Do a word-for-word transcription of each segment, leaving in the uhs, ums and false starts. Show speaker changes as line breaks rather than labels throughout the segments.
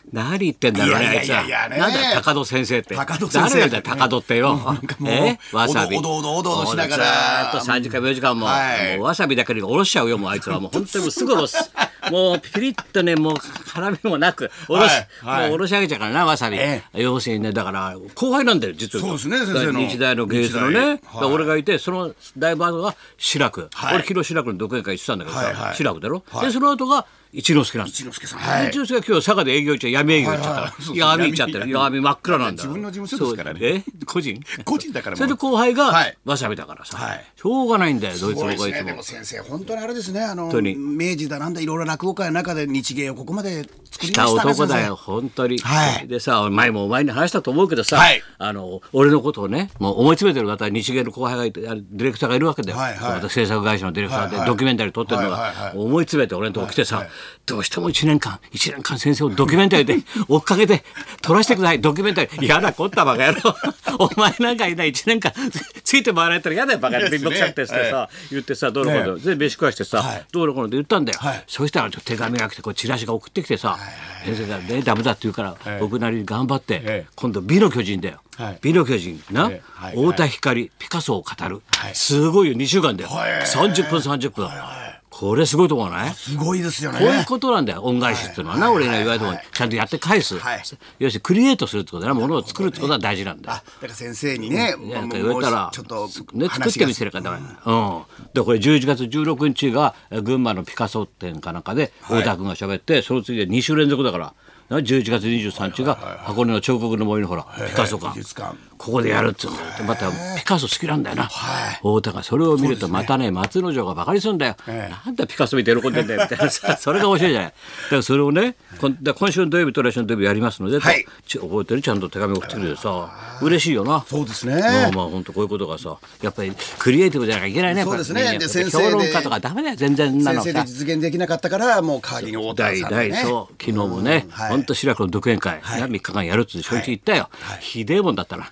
何言ってんだろうね、あいつは。なんだ高戸先生って。誰なんだよ高戸ってよ。えわさび。
おどおどおどおどしながら。
ずっとさんじかんもよじかんもわさびだけでおろしちゃうよ、もうあいつは。もう本当にすぐおろす。もうピリッとね、もう辛みもなくおろし、もうおろし上げちゃうからな、わさび。要するにね、だから後輩なんだよ、実は。
そうですね、先生の。
日大の芸術のね。俺がいて、その大バードが志らく。俺、広志らくの独演会行ってたんだけどさ、志らくだろ。で、その後が、一之輔なんです。
一之輔さん。
一之輔が今日佐賀で営業行っちゃ闇営業行っちゃったから。闇行っちゃってる。闇真っ暗なんだ。
自分の事務所ですからね。
え個人
個人だから。
それで後輩がわさびだからさ。しょうがないんだよ、どいつもこいつも。
でも先生、本当にあれですね。あの明治だなんだいろいろ落語会の中で日芸をここまで作りましたね。
した男だよ、本当に。でさ、前もお前に話したと思うけどさ、あの俺のことをね、もう思い詰めてる方は日芸の後輩がいて、ディレクターがいるわけだよ。また制作会社のディレクターでドキュメンタリー撮ってるのが思い詰めて俺のとこ来てさ、どうしてもいちねんかんいちねんかん先生をドキュメンタリーで追っかけて撮らせてください、ドキュメンタリー。やだこったバカ野郎お前なんかいないいちねんかんついて回られたらやだよバカ野郎、貧乏くさくてさ言ってさ、どうのこうので飯食わしてさ、どうのこうのって言ったんだよ。そしたら手紙が来てこうチラシが送ってきてさ、先生がねダメだって言うから僕なりに頑張って今度美の巨人だよ、美の巨人な、太田光ピカソを語る、すごいよにしゅうかんだよ、さんじゅっぷんさんじゅっぷん。これすごいところない？
すごいですよね。
こういうことなんだよ、恩返しっていうのはな、俺が言われたところにちゃんとやって返す。要するにクリエイトするってことだな、ものを作るってことは大事なんだよ。
だから先生にね、
なんか言われたらちょっとね作ってみせるからだから。うん。でこれじゅういちがつじゅうろくにちが群馬のピカソ展かなんかで太田君が喋って、その次でにしゅう連続だから。じゅういちがつにじゅうさんにちが箱根の彫刻の森のほらピカソ館、ここでやるっつうんだよ。またピカソ好きなんだよな太田が。それを見るとまたね松之丞がバカにするんだよ。なんだピカソ見て喜んでんだよみたいなさ、それが面白いじゃない。だからそれをね今週の土曜日と来週の土曜日やりますので、覚えてるちゃんと手紙送ってくれてさ、嬉しいよな。
そうですね。
まあまあ本当こういうことがさ、やっぱりクリエイティブじゃなきゃいけないね。
そうですね。で
先生評論家とかダメだよ全然。
先生で実現できなかったからもう代わりに太田さんね。
そう昨日もね本当志らくの独演会みっかかんやるって初日言ったよ。ひでえもんだったな。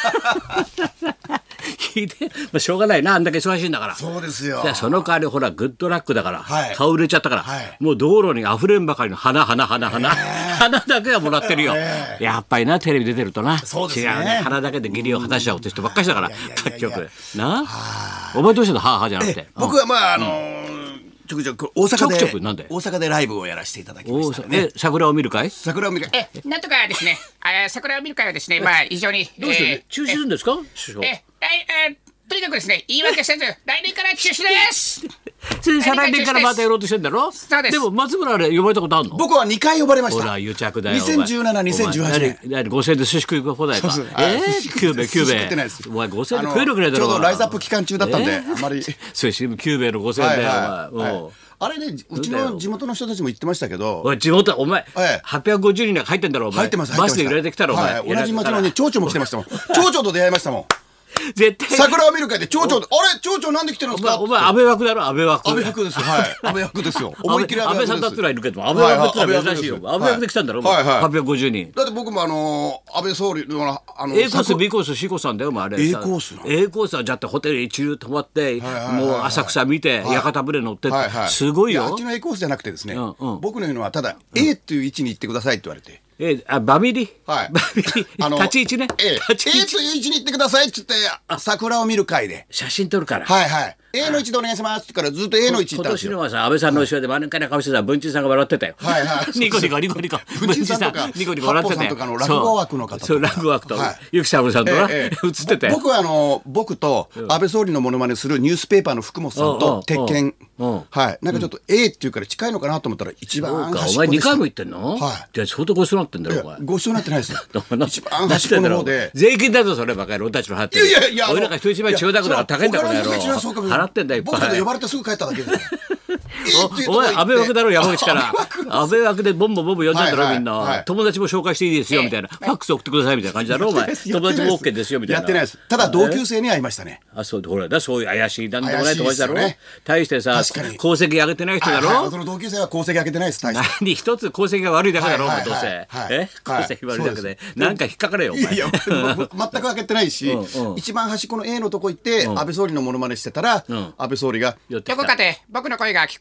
ひでえ、まあ、しょうがないな、あんだけ忙しいんだから。
そうですよ。
その代わりほらグッドラックだから、顔売れちゃったから、もう道路にあふれんばかりの花花花花花だけはもらってるよ。やっぱりなテレビ出てるとな、違うね、花だけで義理を果たしちゃおうって人ばっかりだから各局な。お前どうしたの？はあはあじゃなくて。
僕はまああのちょくちょく大阪でちょくちょくなんで大阪でライブをやらせていただきましたね。
桜を見る会？
桜を見る会。
え、なんとかですね。あ、桜を見る会はですね、まあ非常に
どうして中止するんですか？
え、え、とにかくですね、言い訳せず来年から中止です。
再来年からまたやろうとしてんだろ？
そうです。
でも松村あれ呼ばれたことあるの？
僕はにかい呼ばれました。
ほら癒着だよ。
にせんじゅうなな、にせんじゅうはちねん。
ごせんえんで寿司食い放題か。えー、キューベキューベ。お前ごせんえんで食えるくらいだろ。
ちょうどライズアップ期間中だったんで、あまり。
そうキューベのごせんえんだよお前。
あれね、うちの地元の人たちも言ってましたけど。
おい地元お前はっぴゃくごじゅうにんが入ってんだろお前。
入ってます。
バスで売られてきたろお前。
同じ町のね町長も来てましたもん。町長と出会いましたもん。
絶対
桜を見る会で町長、あれ町長なんで来てるんですか？
お前安倍枠だろ安倍枠。
安倍枠です。はい。安倍枠ですよ。思いっきり
安倍さんだったらいるけど安倍枠ってのは珍しいよ。安倍枠で来たんだろはっぴゃくごじゅうにん。
だって僕もあの安倍総理のあの
A コース B コース C コースなんだよお前あれ。
A コース
A コースはじゃってホテル一流泊まってもう浅草見て屋形船乗ってすごいよ。
あっちの A コースじゃなくてですね、僕の言うのはただ A っていう位置に行ってくださいって言われて。
えー、あバミリ、
はい、
バミリあの立ち位置ね、
えー、立ち位置 A という位置に行ってくださいっつって桜を見る会で
写真撮るから
はいはい A の位置でお願いしますってからずっと A の位置行ったんですよ。
今年のはさ安倍さんの後ろで真ん中に顔してた文珍さんが笑ってたよ。
はいはい
ニコニコニコニコ
文珍さんとか
ニコニコ笑ってたよ。
八方さんとかの落語枠の方とか
そう落語枠とゆきさぶさんとか映ってて、
僕はあの僕と安倍総理のモノマネするニュースペーパーの福本さんと鉄拳はいなんかちょっと A っていうから近いのかなと思ったら一番端っこでした。
お前にかいも行ってんの？
はい
じゃあ相当ごちそうなってんだろお前。
ごちそうなってないですよ。一番端っこの方で
税金だぞそればかり俺たちの払ってる。
いやいやいや
俺なんか人一倍千代田区だから高いんだこの野郎。払ってんだいっぱい。
僕で呼ばれてすぐ帰っただけで。
お前安倍枠だろ山口から安倍枠でボンボンボンボン呼んだんだろみんな。友達も紹介していいですよみたいなファックス送ってくださいみたいな感じだろお前。友達も OK ですよみたいな。
やってないです。ただ同級生に会いましたね。
あそうほらだそういう怪しいなんでもない友達だろ。大してさ功績上げてない人だろ。
その同級生は功績上げてないです。
何一つ功績が悪いだけだろお前どうせ。え功績悪いだけでなんか引っかかれよお前。
いや全く上げてないし一番端っこの A のとこ行って安倍総理のモノマネしてたら安倍総理が
どこかで僕の声が聞こ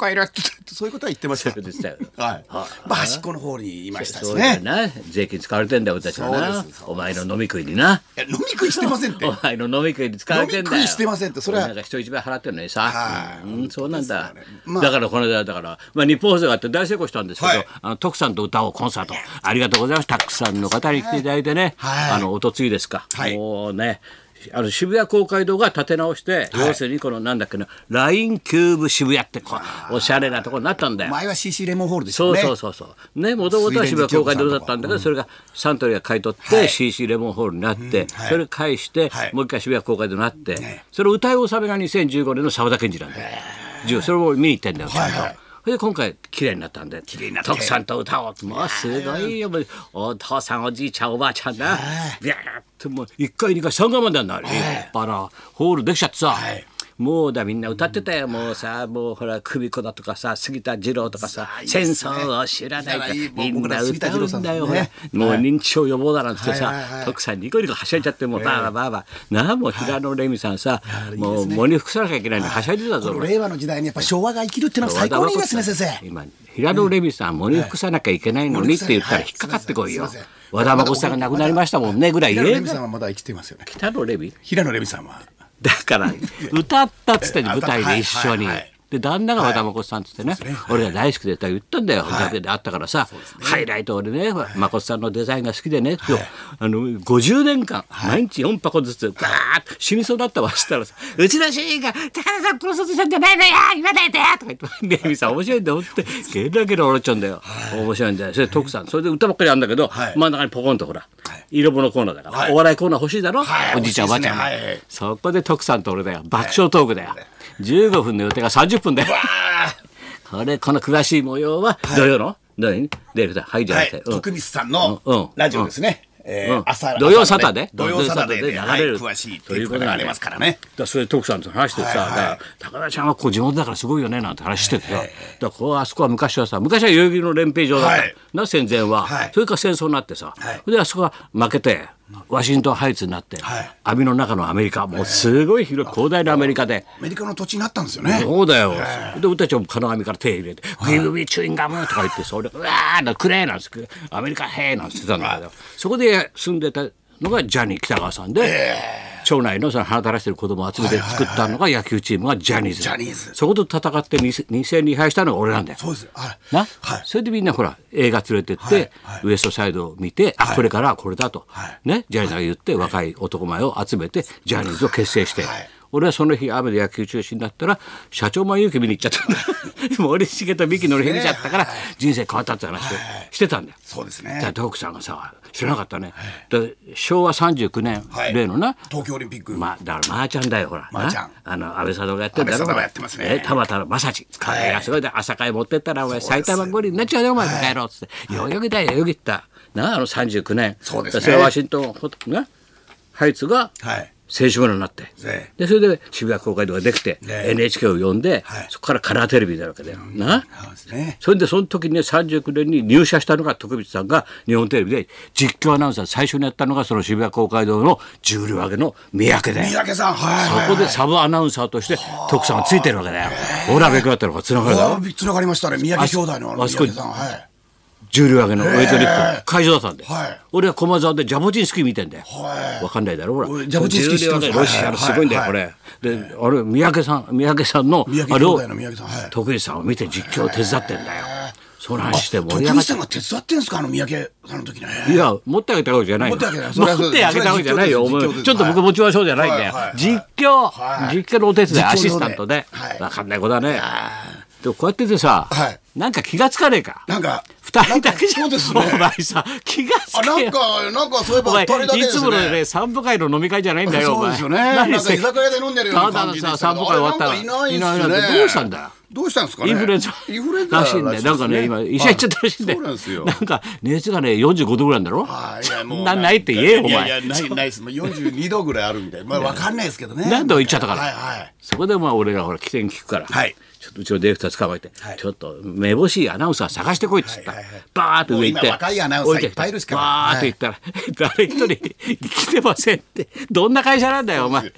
がいる。
そういうことは言ってました。
そうでしたよ。
はい。まあ端っこの方にいましたし
そうだよ
ね。
な。税金使われてんだよ俺たちはな。お前の飲み食いにな。
いや飲み食いしてませんって。
お前の飲み食いに使われてんだよ。
飲み食いしてませんって。それは
なんか人一倍払ってるのにさ。うん、そうなんだ。
まあ
だからこの間だからまあ日本放送があって大成功したんですけど、
はい
あの徳さんと歌おうコンサートありがとうございます。たくさんの方に来ていただいてね。
はい
あのおとついですか。
はい
もうね。あの渋谷公会堂が建て直して、要するにこのなんだっけなラインキューブ渋谷ってこうおしゃれなところになったんだよ。
前は シーシー レモンホールでした
そう
ね。
そうそうそうね、もともとは渋谷公会堂だったんだけど、それがサントリーが買い取って、
はい
シーシー レモンホールになって、
はい
それ返して、
はい
もう一回渋谷公会堂になって、
ね
それを歌い納めがにせんじゅうごねんの沢田研二なんだよ。じゅうそれを見に行ってんだよちゃんと。
はいはい
それで今回綺麗になったんで
綺麗になって
徳さんと歌おうもうすごいよもうお父さんおじいちゃんおばあちゃんなビャーってもういっかいにかいさんがいまであんな立派なホールできちゃってさ、
はい
もうだみんな歌ってたよもうさもうほら久美子だとかさ杉田二郎とかさ
いいですね
戦争を知らないか
いい
みんな
僕ら杉田
歌
二郎さ
うんんだよ、
ね
ほらもう認知症予防だなんつってさ、
はいはいはい
徳さんニコニコはしゃいじゃってもうバーバーバーバーなあもう平野レミさんさ、
いい
も
ですね
う喪に服さなきゃいけないのにはしゃいでたぞ、俺
この令和の時代にやっぱ昭和が生きるっていうのは最高にいいですね先生。
今平野レミさん喪に服さなきゃいけないのにって言ったら引っかかってこいよ、和田誠さんが亡くなりましたもんねぐらい
平野
言え
レミさんはまだ生きてますよね。
北野レミ
平野レミさんは
だから歌ったっつってんの舞台で一緒に、
はいはいはい
で旦那が和田誠さんっつってね、俺が大好きで言ったんだよ、逆であったからさ、ハイライト俺ね、誠さんのデザインが好きでね、あのごじゅうねんかん、毎日よんぱこずつバーッと死にそうだったわしたらさ、うちの主人が高田さん殺そうとしたんじゃないのよ言わないでよとか言ってレミさん面白いんだよってゲラゲラ笑っちゃうんだよ、面白いんだよ。それで徳さんそれで歌ばっかりあるんだけど、真ん中にポコンとほら色物コーナーだから、お笑いコーナー欲しいだろ、おじいちゃんおばあちゃんが、そこで徳さんと俺だよ爆笑トークだよ。じゅうごふんの予定がさんじゅっぷんだよ。これこの詳しい模様は土曜の何デールだはいじゃなくて、
徳光さんのラジオですね。
土曜サタデー
土曜サタデーで
流れる
詳しいということがありますからね。
だそれで徳さんと話してさ、高田ちゃんはこう地元だからすごいよねなんて話しててさ、だからこうあそこは昔はさ昔は代々木の練兵場だったな戦前は、それから戦争になってさ、であそこは負けてワシントンハイツになって、網の中のアメリカもうすごい広い広大なアメリカで
アメリカの土地になったんですよね。
そうだよ。で俺たちも金網から手入れて「ギブミチューインガム」とか言ってそれうわーくれなんですけどアメリカへーなんて言ってたんだけど、そこで住んでたのがジャニー喜多川さんで、町内のその放たらしてる子供を集めて作ったのが野球チームがジャニーズ。
ジャニーズ
そこと戦ってに戦に敗したのが俺なんだよ。
そうです。はい。
な、
はい。
それでみんなほら映画連れてって、
はいはい
ウエストサイドを見て、あこれからはこれだと、
はい
ねジャニーズが言って若い男前を集めてジャニーズを結成して。
はい
俺はその日雨で野球中止になったら社長前勇気見に行っちゃったんだ森重と三木のり見ちゃったから人生変わったって話をしてたんだよ。
そうですね。
だからトークさんがさ知らなかったね、でしょうわさんじゅうきゅうねん、
はい
例のな
東京オリンピック。
まあ、だからまーちゃんだよほら、
まーちゃん
あの安倍貞がやってんだろ、
安倍貞がやってますね
え田畑正治、これがすごいで朝会持ってったらお前埼玉五輪になっちゃうよお前帰ろうっつって代々木だよ代々木ったなあのさんじゅうきゅうねん
そうですね。
それはワシントンなハイツが
はい
選手村になって、
ね
でそれで渋谷公会堂ができて、
ね
エヌエイチケー を呼んで、
はい
そこからカラーテレビになるわけだよ、な
そうですね。
それでその時にねさんじゅうきゅうねんに入社したのが徳光さんが日本テレビで実況アナウンサー最初にやったのがその渋谷公会堂の重量挙げの三宅で、
三宅さん、はいはいはい。
そこでサブアナウンサーとして徳さんがついてるわけだよ。オラベクだったのがつながるだろ、
つながりましたね。宮城兄弟のあの
あそこ
三宅さん。はい。
重量挙げのウェイトリフト会場だったんで、
はい
俺は駒沢でジャボチンスキー見てんだよ、
はい
わかんないだろほら
ジャボチンスキー知ってます
重量挙げロシアのすごいんだよ、
はい
これであれ三宅さん三宅さんの
宮城兄
あれを
弟の宮城さん。はい。
徳光さんを見て実況を手伝ってんだよ、その話して盛
徳
り上がって
光さんが手伝ってんですかあの三宅さんの時ね。
いや持ってあげたわけじゃないよ
持ってあげないそれは
持ってあげたわけじゃないよお前
それは実況です
ちょっと僕持ちましょうじゃないんだよ、
はいはいはい
実況、
はい
実況のお手伝い
実況の
アシスタントで、
はい
わかんない子だね。でもこうやっててさ、
はい
なんか気がつかねえか
なんか
二人だけじゃん、
そうですね。
お前さ気がつ
あ
けよ
なんかなんかそういえば
お前
二人だけですね。
いつものね散歩会の飲み会じゃないんだよお前
そうですよね。なんか居酒屋で飲んでるような
ただの
感じでした
さ散歩会終わったら
あれなんかいない
いない
ですね。
どうしたんだよ
どうしたんですかね。
インフルエンザ
インフルエンザ
らしいんだよ。なんかね今医者行っちゃったらしいんだよ。
そうなんですよ。
なんか熱がねよんじゅうごどぐらいなんだろ。
あいやもう
なないって言えよお前。
いやいやないないです。もうよんじゅうにどぐらいあるみたい。まあわかんないですけどね。
何度も言っちゃったから。
はいはい。
そこでまあ俺がほら起点聞くから。
はい。
ちょっとうちのディレクター捕まえて、
はい、
ちょっとめぼしいアナウンサー探してこいっつった、
はいはいはい、
バーッと上行って
今若いアナウンサーいっぱいいるしから
バーッと行ったら、はい、誰一人来てませんってどんな会社なんだよお前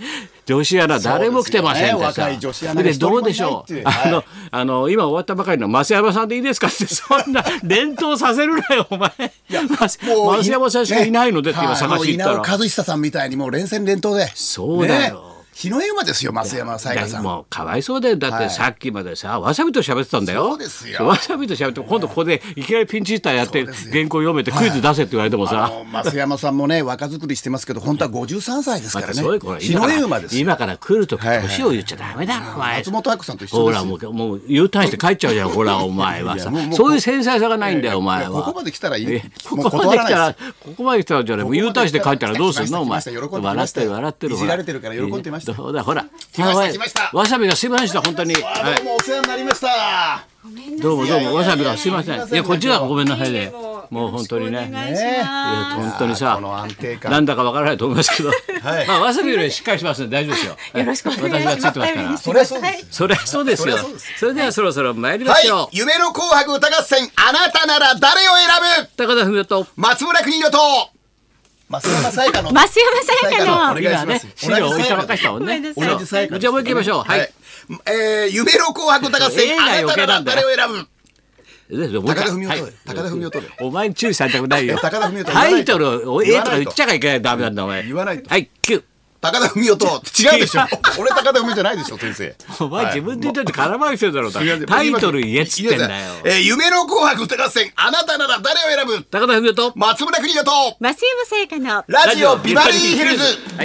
女子アナ誰も来てませんってさ、でどうでしょう、あのあの今終わったばかりの増山さんでいいですかってそんな連投させるなよお前。増山さんしかいないのでって今探し行ったら、
稲尾和久さんみたいにもう連戦連投で、
そうだよ。
日の絵馬ですよ増山さやかさん。
もうかわいそうで、だってさっきまでさ、わさびと喋ってたんだよ。
そうですよ。
わさびと喋って今度ここでいきなりピンチヒッターやって原稿読めてクイズ出せって言われてもさ、
増山さんもね若作りしてますけど本当はごじゅうさんさいですからね。
日の絵馬ですよ。今から来るとき年を言っちゃダメだろお前。
松本明子さんと一緒ですよ。
ほらもうもう U ターンして帰っちゃうじゃんほらお前はさ。そういう繊細さがないんだよお前は。
ここまで来たらいい。
ここまで来たらここまで来たらじゃね U ターンして帰ったらどうするのお前。笑ってる笑ってる。
いじられてるから喜んでました。
そうだほら。
来ました来ました。
わさびがすいませんでした本当に。
どうもお世話になりました。
どうもどうもわさびがすいません。いやこっちがごめんなさいで、もう本当にね。いや本当にさ、なんだかわからないと思いますけど、まあわさびよりしっかりしますんで大丈夫ですよ。
よろしくお願いします。
私がついてますから。
それはそうです。
それはそうですよ。それではそろそろ参りましょう。
夢の紅白歌合戦、あなたなら誰を選ぶ？
高田文夫と
松村邦洋と増山さやかの
増山さやかの
お願いします。
資料置いたばっかりしたもんね。
同じさやか。
じゃあもう一回行きましょう。はい。
えー、夢の紅白歌合戦、あなたなら誰を選ぶ？高田文夫と高田文夫と
お前に注意されたくないよ。
高田文夫と
タイトルをええとか言っちゃいけないダメなんだお前。
言わないと。
はい、きゅう。
高田文夫と違うでしょ。俺高田文夫じゃないでしょ先生。
お前自分で言っといて空回りしてるだろう。タイトル言えっつってんだよ。
えー、夢の紅白歌合戦、あなたなら誰を選ぶ？
高田文夫と
松村邦洋と
増山さやかの
ラジオビバリーヒルズ。
はい。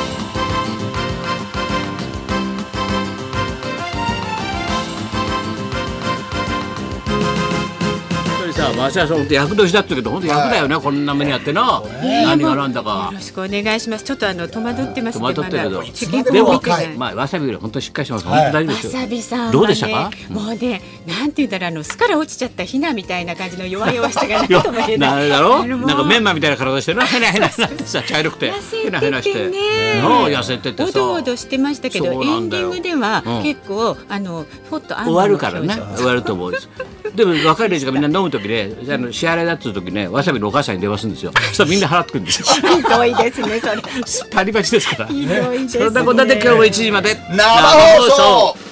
さあ、増山さん役年だったけど本当役だよね、こんな目にやってな、何がなんだか。
よろしくお願いします。ちょっとあの戸惑ってますね。
戸惑ってるけど、
チケット
でも
見てない。
まあわさびより本当にしっかりしてます。本当大丈夫ですよ。
わさびさんはね、
どうでしたか？
もうね、なんて言ったらあの巣から落ちちゃったヒナみたいな感じの弱々しさがないとも言えない。
なるだろ？なんかメンマみたいな体してるな、ヘナヘナさ茶色くてヘナヘナして、の痩せててさ、
おどおどしてましたけど、エンディングでは結構あのほっと
終わるからね、終わると思うです。でも若い連中がみんな飲む時で、あの支払いだっつう時ね、わさびのお母さんに電話するんですよ。そしたらみんな払ってくるんですよ。
ひどいですねそれ。
パリパチですから。
ひどいですね。
そんなことで今日もいちじまで
生放送。